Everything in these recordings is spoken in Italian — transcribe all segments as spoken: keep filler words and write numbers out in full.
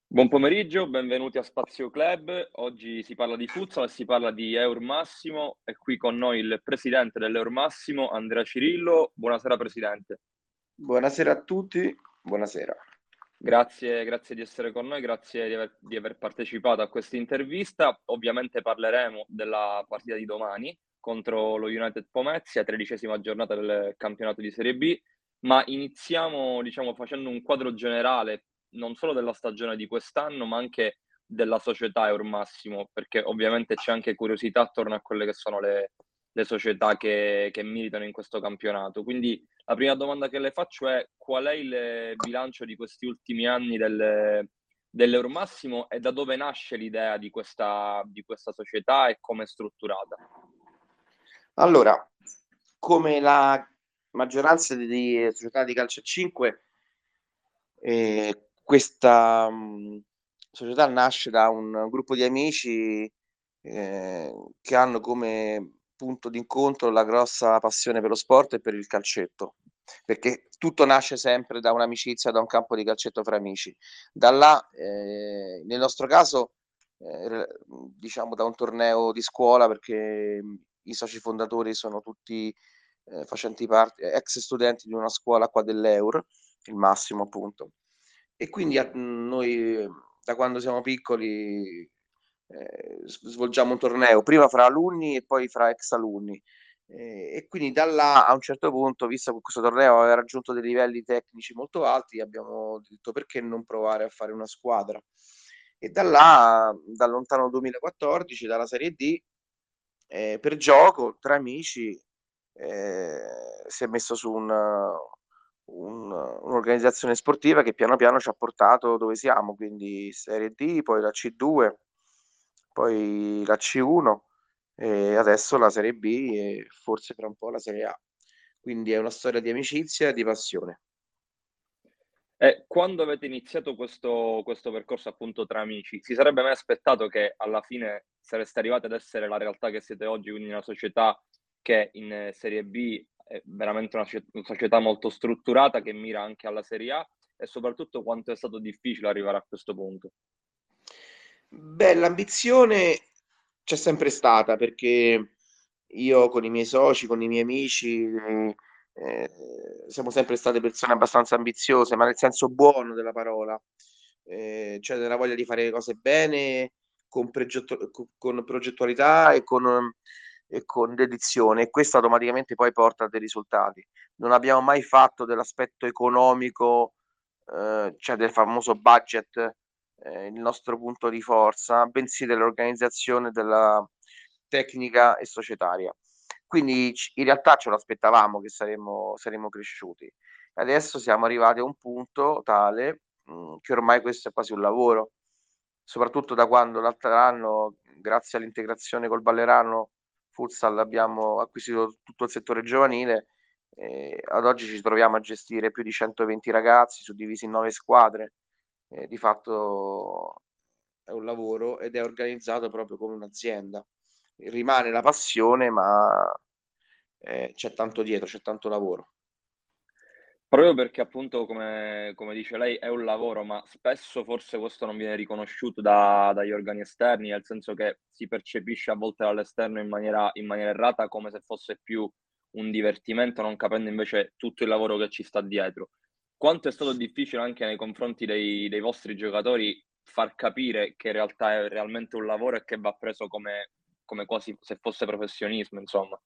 Buon pomeriggio, benvenuti a Spazio Club. Oggi si parla di futsal e si parla di Eur Massimo. È qui con noi il presidente dell'Eur Massimo, Andrea Cirillo. Buonasera presidente. Buonasera a tutti, buonasera. Grazie, grazie di essere con noi, grazie di aver, di aver partecipato a questa intervista. Ovviamente parleremo della partita di domani contro lo United Pomezia, tredicesima giornata del campionato di Serie B, ma iniziamo, diciamo, facendo un quadro generale non solo della stagione di quest'anno, ma anche della società Eur Massimo, perché ovviamente c'è anche curiosità attorno a quelle che sono le, le società che, che militano in questo campionato. Quindi la prima domanda che le faccio è: qual è il bilancio di questi ultimi anni del, dell'Euromassimo e da dove nasce l'idea di questa, di questa società e come è strutturata? Allora, come la maggioranza di società di calcio a cinque, ehm, questa, mhmm, società nasce da un gruppo di amici, ehm, che hanno come punto d'incontro la grossa passione per lo sport e per il calcetto, perché tutto nasce sempre da un'amicizia, da un campo di calcetto fra amici. Da là, ehm, nel nostro caso, ehm, r mhmm, diciamo da un torneo di scuola perché, mhmm, i soci fondatori sono tutti, ehm, facenti parte ex studenti di una scuola qua dell'Eur, il Massimo appunto. E quindi a mhmm, noi eh, da quando siamo piccoli, ehm, s svolgiamo un torneo, prima fra alunni e poi fra ex alunni. Ehm, e quindi da là, a un certo punto, visto che questo torneo aveva raggiunto dei livelli tecnici molto alti, abbiamo detto: "Perché non provare a fare una squadra?" E da là, dal lontano duemilaquattordici, dalla Serie D, ehm, per gioco tra amici, ehm, si è messo su un un un'organizzazione sportiva che piano piano ci ha portato dove siamo, quindi Serie D, poi la C due, poi la C uno e adesso la Serie B e forse fra un po' la Serie A. Quindi è una storia di amicizia e di passione. E quando avete iniziato questo, questo percorso appunto tra amici, si sarebbe mai aspettato che alla fine sareste arrivati ad essere la realtà che siete oggi, quindi una società che in eh, Serie B è veramente una, socie- una società molto strutturata che mira anche alla Serie A e soprattutto quanto è stato difficile arrivare a questo punto? Beh, l'ambizione c'è sempre stata perché io con i miei soci, con i miei amici, ehm, siamo sempre state persone abbastanza ambiziose, ma nel senso buono della parola. Ehm, cioè nella voglia di fare le cose bene, con pregetto co con progettualità e con e con dedizione, e questo automaticamente poi porta a dei risultati. Non abbiamo mai fatto dell'aspetto economico, uhm, cioè del famoso budget, ehm, il nostro punto di forza, bensì dell'organizzazione, della tecnica e societaria. Quindi c in realtà ce lo aspettavamo che saremmo saremmo cresciuti. Adesso siamo arrivati a un punto tale, mhmm, che ormai questo è quasi un lavoro, soprattutto da quando l'altro anno, grazie all'integrazione col Ballerano Futsal, abbiamo acquisito tutto il settore giovanile, e ad oggi ci troviamo a gestire più di centoventi ragazzi suddivisi in nove squadre. Ehm, di fatto è un lavoro ed è organizzato proprio come un'azienda. Rimane la passione, ma, ehm, c'è tanto dietro, c'è tanto lavoro. Proprio perché appunto, come come dice lei, è un lavoro, ma spesso forse questo non viene riconosciuto da dagli organi esterni, nel senso che si percepisce a volte dall'esterno in maniera in maniera errata, come se fosse più un divertimento, non capendo invece tutto il lavoro che ci sta dietro. Quanto è stato difficile anche nei confronti dei dei vostri giocatori far capire che in realtà è realmente un lavoro e che va preso come come quasi se fosse professionismo, insomma.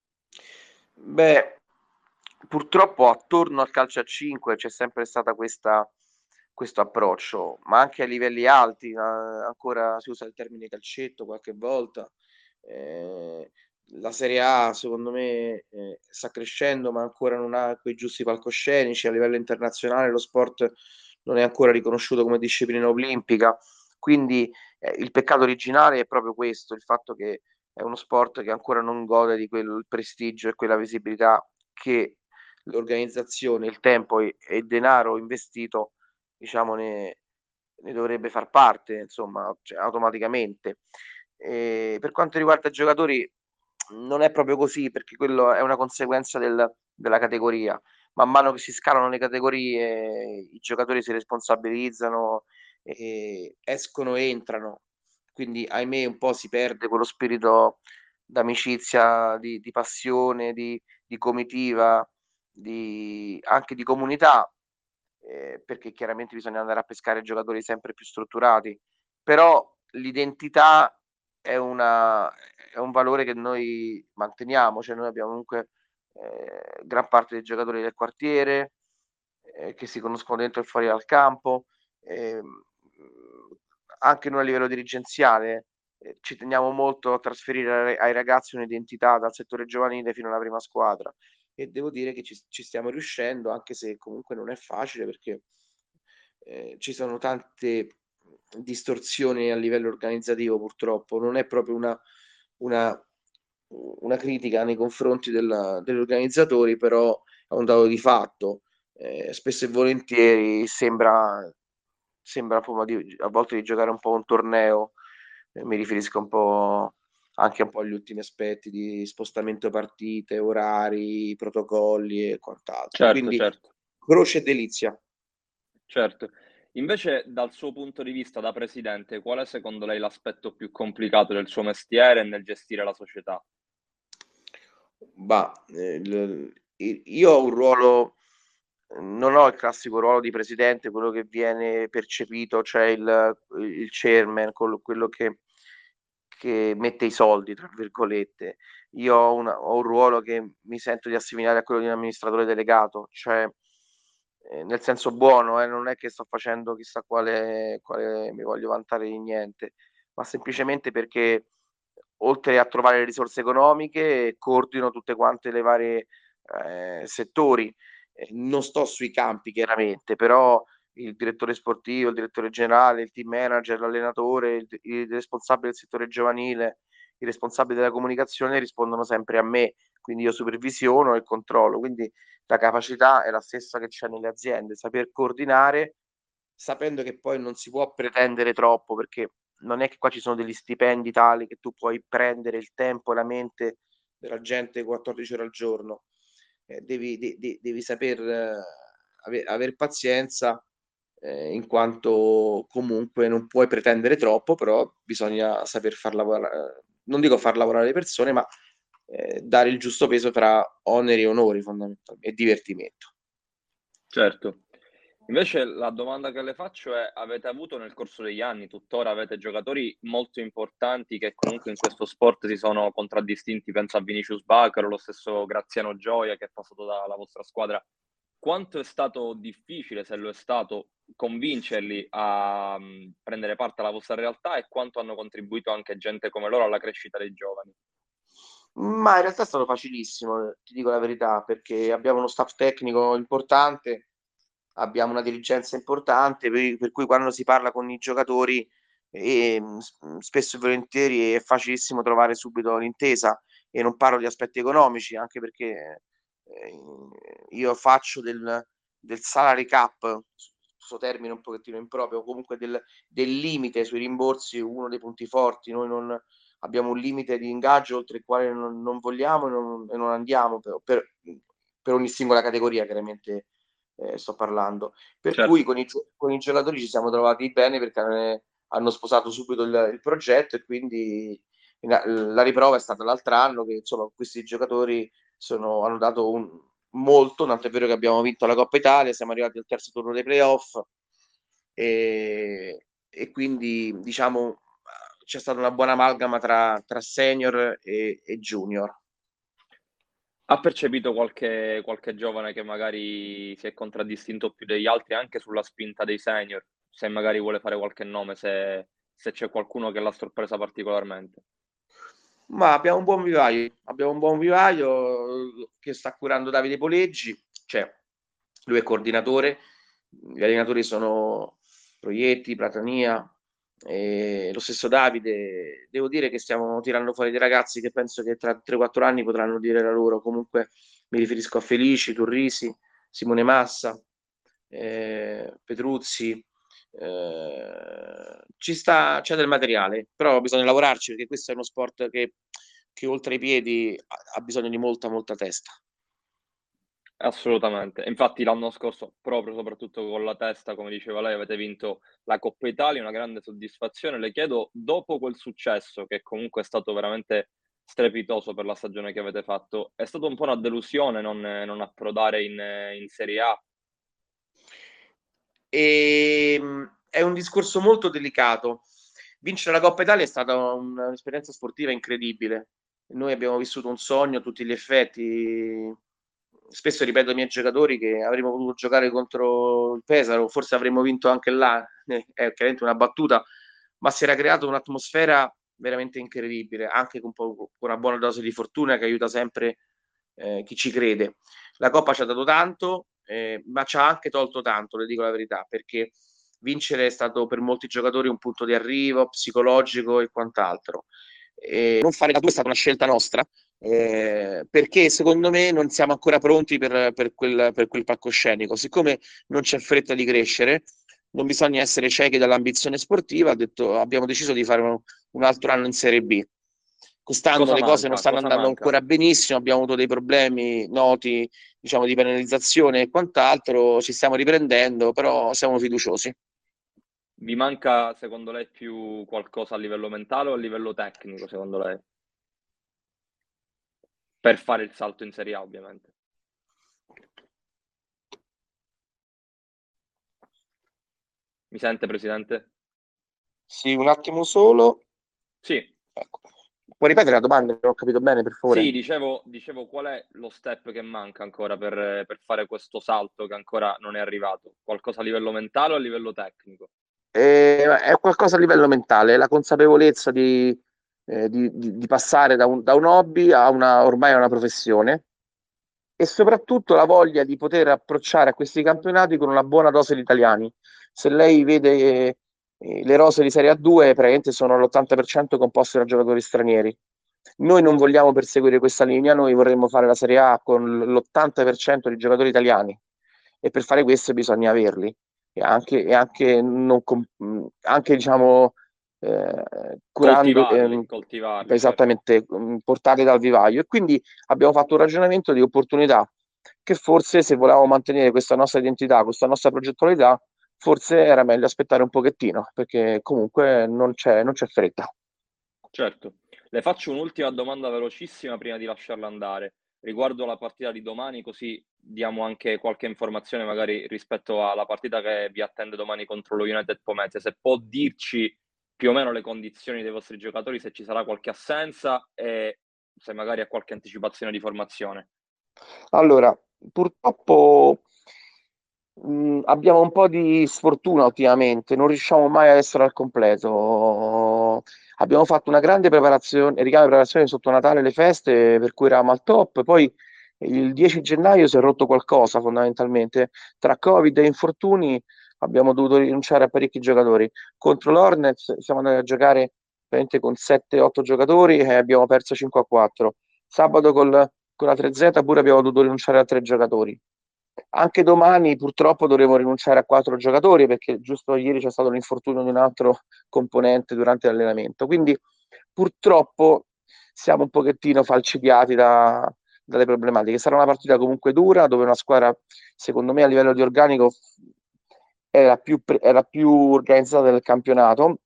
Beh, purtroppo attorno al calcio a cinque c'è sempre stata questa questo approccio, ma anche a livelli alti, a ancora si usa il termine calcetto qualche volta. Ehm, la Serie A secondo me, ehm, sta crescendo, ma ancora non ha quei giusti palcoscenici. A livello internazionale lo sport non è ancora riconosciuto come disciplina olimpica. Quindi, ehm, il peccato originale è proprio questo, il fatto che è uno sport che ancora non gode di quel prestigio e quella visibilità che l'organizzazione, il tempo e e il denaro investito, diciamo, ne ne dovrebbe far parte, insomma, cioè automaticamente. Ehm, per quanto riguarda i giocatori, non è proprio così, perché quello è una conseguenza del della categoria. Man mano che si scalano le categorie, i giocatori si responsabilizzano e escono e entrano. Quindi ahimè un po' si perde quello spirito d'amicizia, di di passione, di di comitiva, di anche di comunità, ehm, perché chiaramente bisogna andare a pescare giocatori sempre più strutturati, però l'identità è una è un valore che noi manteniamo, cioè noi abbiamo comunque, ehm, gran parte dei giocatori del quartiere, ehm, che si conoscono dentro e fuori dal campo, ehm, mhmm, anche noi a livello dirigenziale, ehm, ci teniamo molto a trasferire ai ai ragazzi un'identità dal settore giovanile fino alla prima squadra e devo dire che ci s ci stiamo riuscendo, anche se comunque non è facile perché, ehm, ci sono tante distorsioni a livello organizzativo purtroppo. Non è proprio una una u una critica nei confronti del degli organizzatori, però è un dato di fatto. Ehm, spesso e volentieri sembra sembra proprio di a volte di giocare un po' un torneo, e mi riferisco un po' anche un po' agli ultimi aspetti di spostamento partite, orari, protocolli e quant'altro. Certo, Quindi certo. croce e delizia. Certo. Invece, dal suo punto di vista da presidente, qual è secondo lei l'aspetto più complicato del suo mestiere nel gestire la società? Bah, ehm, il i io ho un ruolo non ho il classico ruolo di presidente, quello che viene percepito, cioè il il chairman, quello quello che che "mette i soldi" tra virgolette. Io ho una ho un ruolo che mi sento di assimilare a quello di un amministratore delegato, cioè, ehm, nel senso buono, eh, non è che sto facendo chissà quale quale mi voglio vantare di niente, ma semplicemente perché oltre a trovare le risorse economiche, coordino tutte quante le varie, ehm, settori. Ehm, non sto sui campi chiaramente, però il direttore sportivo, il direttore generale, il team manager, l'allenatore, il d il responsabile del settore giovanile, il responsabile della comunicazione rispondono sempre a me, quindi io supervisiono e controllo. Quindi la capacità è la stessa che c'è nelle aziende, saper coordinare, sapendo che poi non si può pretendere troppo, perché non è che qua ci sono degli stipendi tali che tu puoi prendere il tempo e la mente della gente quattordici ore al giorno. Ehm, devi de de devi saper eh, ave aver pazienza, ehm, in quanto comunque non puoi pretendere troppo, però bisogna saper far lavora ehm, non dico far lavorare le persone, ma, ehm, dare il giusto peso tra oneri e onori fondamental e divertimento. Certo. Invece la domanda che le faccio è: avete avuto nel corso degli anni, tuttora avete giocatori molto importanti che comunque in questo sport si sono contraddistinti, penso a Vinicius Bacchero, lo stesso Graziano Gioia che è passato dalla vostra squadra. Quanto è stato difficile, se lo è stato, convincerli a, mhmm, prendere parte alla vostra realtà e quanto hanno contribuito anche gente come loro alla crescita dei giovani? Ma in realtà è stato facilissimo, ti dico la verità, perché abbiamo uno staff tecnico importante, abbiamo una dirigenza importante, per per cui quando si parla con i giocatori, ehm, s mhmm, spesso e volentieri è facilissimo trovare subito l'intesa e non parlo di aspetti economici, anche perché, ehm, io faccio del del salary cap, s 'sto termine un pochettino improprio, comunque del del limite sui rimborsi, uno dei punti forti. Noi non abbiamo un limite di ingaggio oltre il quale non non vogliamo e non e non andiamo per per mhmm, per ogni singola categoria chiaramente, ehm, sto parlando. Per cui Certo. con i gio con i giocatori ci siamo trovati bene perché ehm, hanno sposato subito il il progetto e quindi la la riprova è stata l'altro anno che insomma questi giocatori sono hanno dato un molto, tant'è vero che abbiamo vinto la Coppa Italia, siamo arrivati al terzo turno dei playoff, ehm, e quindi diciamo, uhm, c'è stata una buona amalgama tra tra senior e e junior. Ha percepito qualche qualche giovane che magari si è contraddistinto più degli altri anche sulla spinta dei senior? Se magari vuole fare qualche nome, se se c'è qualcuno che l'ha sorpresa particolarmente. Ma abbiamo un buon vivaio, abbiamo un buon vivaio, uhm, che sta curando Davide Poleggi, cioè lui è coordinatore, gli allenatori sono Proietti, Platania, ehm, lo stesso Davide. Devo dire che stiamo tirando fuori dei ragazzi che penso che tra tre, quattro anni potranno dire la loro. Comunque mi riferisco a Felici, Turrisi, Simone Massa, ehm, Petruzzi, ehm, ci sta c'è del materiale, però bisogna lavorarci perché questo è uno sport che che oltre ai piedi ha ha bisogno di molta, molta testa. Assolutamente. Infatti l'anno scorso, proprio soprattutto con la testa, come diceva lei, avete vinto la Coppa Italia, una grande soddisfazione. Le chiedo, dopo quel successo, che comunque è stato veramente strepitoso per la stagione che avete fatto, è stata un po' una delusione non, non approdare in, in Serie A? Ehm, è un discorso molto delicato. Vincere la Coppa Italia è stata un- un'esperienza sportiva incredibile. Noi abbiamo vissuto un sogno a tutti gli effetti. Spesso ripeto ai miei giocatori che avremmo potuto giocare contro il Pesaro, forse avremmo vinto anche là, eh, è chiaramente una battuta, ma si era creata un'atmosfera veramente incredibile, anche con, un po', con una buona dose di fortuna che aiuta sempre eh, chi ci crede. La Coppa ci ha dato tanto, eh, ma ci ha anche tolto tanto, le dico la verità, perché vincere è stato per molti giocatori un punto di arrivo psicologico e quant'altro. E non fare la tua è stata una scelta nostra, eh, perché secondo me non siamo ancora pronti per, per, quel, per quel palcoscenico. Siccome non c'è fretta di crescere, non bisogna essere ciechi dall'ambizione sportiva, ha detto, abbiamo deciso di fare un, un altro anno in Serie B. Quest'anno Cosa le cose non manca? stanno Cosa andando manca? ancora benissimo, abbiamo avuto dei problemi noti, diciamo, di penalizzazione e quant'altro, ci stiamo riprendendo, però siamo fiduciosi. Vi manca, secondo lei, più qualcosa a livello mentale o a livello tecnico, secondo lei? Per fare il salto in Serie A, ovviamente. Mi sente, Presidente? Sì, un attimo solo. Sì. Ecco. Puoi ripetere la domanda? Non ho capito bene, per Sì, favore. dicevo, dicevo qual è lo step che manca ancora per, per fare questo salto che ancora non è arrivato? Qualcosa a livello mentale o a livello tecnico? Eh, è qualcosa a livello mentale, è la consapevolezza di, eh, di- di- di passare da un, da un hobby a una, ormai a una professione e soprattutto la voglia di poter approcciare a questi campionati con una buona dose di italiani. Se lei vede eh, le rose di Serie A due, praticamente sono l'ottanta per cento composte da giocatori stranieri. Noi non vogliamo perseguire questa linea, noi vorremmo fare la Serie A con l'ottanta per cento di giocatori italiani e per fare questo bisogna averli e anche, e anche, non, anche diciamo, eh, curando, Coltivarli, ehm, coltivarli, certo. esattamente, mh, portarli dal vivaio. E quindi abbiamo fatto un ragionamento di opportunità che forse se volevamo mantenere questa nostra identità, questa nostra progettualità, forse era meglio aspettare un pochettino, perché comunque non c'è, non c'è fretta. Certo. Le faccio un'ultima domanda velocissima prima di lasciarla andare, riguardo la partita di domani, così diamo anche qualche informazione magari rispetto alla partita che vi attende domani contro lo United Pomezia. Se può dirci più o meno le condizioni dei vostri giocatori, se ci sarà qualche assenza e se magari ha qualche anticipazione di formazione. Allora, purtroppo mh, abbiamo un po' di sfortuna ultimamente, non riusciamo mai ad essere al completo. Abbiamo fatto una grande preparazione, richiamo di preparazione sotto Natale e le feste, per cui eravamo al top. Poi il dieci gennaio si è rotto qualcosa fondamentalmente. Tra Covid e infortuni abbiamo dovuto rinunciare a parecchi giocatori. Contro l'Hornets siamo andati a giocare veramente con sette otto giocatori e abbiamo perso cinque a quattro. Sabato col- con la tre Z pure abbiamo dovuto rinunciare a tre giocatori. Anche domani purtroppo dovremo rinunciare a quattro giocatori perché giusto ieri c'è stato l'infortunio di un altro componente durante l'allenamento. Quindi purtroppo siamo un pochettino falcidiati da, dalle problematiche. Sarà una partita comunque dura dove una squadra, secondo me, a livello di organico è la più, è la più organizzata del campionato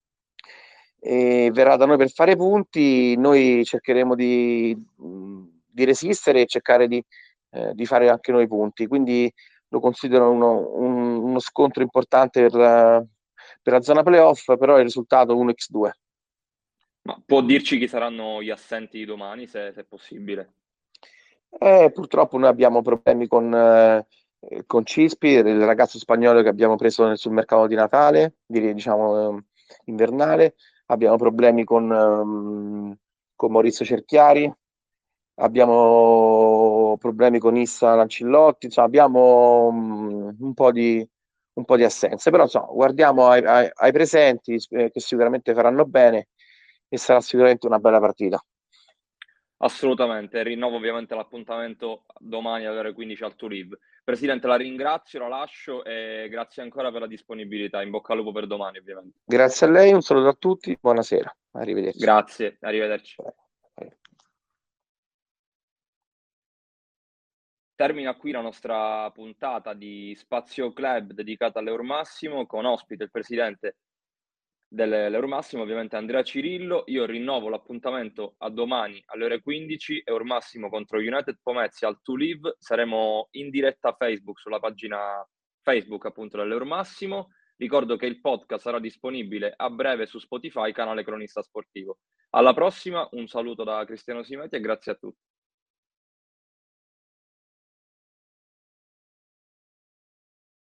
e verrà da noi per fare punti. Noi cercheremo di, di resistere e cercare di, eh, di fare anche noi punti. Quindi lo considero uno, un, uno scontro importante per la, per la zona playoff, però il risultato uno a due. Ma può dirci chi saranno gli assenti di domani, se, se è possibile? Eh, purtroppo noi abbiamo problemi con, eh, con Cispi, il ragazzo spagnolo che abbiamo preso nel- sul mercato di Natale, di- diciamo eh, invernale. Abbiamo problemi con, ehm, con Maurizio Cerchiari, abbiamo problemi con Issa Lancillotti, insomma, abbiamo mm, un po' di, un po' di assenze, però insomma, guardiamo ai, ai- ai presenti eh, che sicuramente faranno bene e sarà sicuramente una bella partita. Assolutamente, rinnovo ovviamente l'appuntamento domani alle ore quindici al Tuliv. Presidente, la ringrazio, la lascio e grazie ancora per la disponibilità. In bocca al lupo per domani, ovviamente. Grazie a lei, un saluto a tutti, buonasera, arrivederci. Grazie, arrivederci. Termina qui la nostra puntata di Spazio Club dedicata all'Eurmassimo, con ospite il presidente dell'Eurmassimo, ovviamente Andrea Cirillo. Io rinnovo l'appuntamento a domani alle ore quindici, Eurmassimo contro United Pomezia al To Live. Saremo in diretta Facebook, sulla pagina Facebook appunto dell'Eurmassimo. Ricordo che il podcast sarà disponibile a breve su Spotify, canale Cronista Sportivo. Alla prossima, un saluto da Cristiano Simeti e grazie a tutti.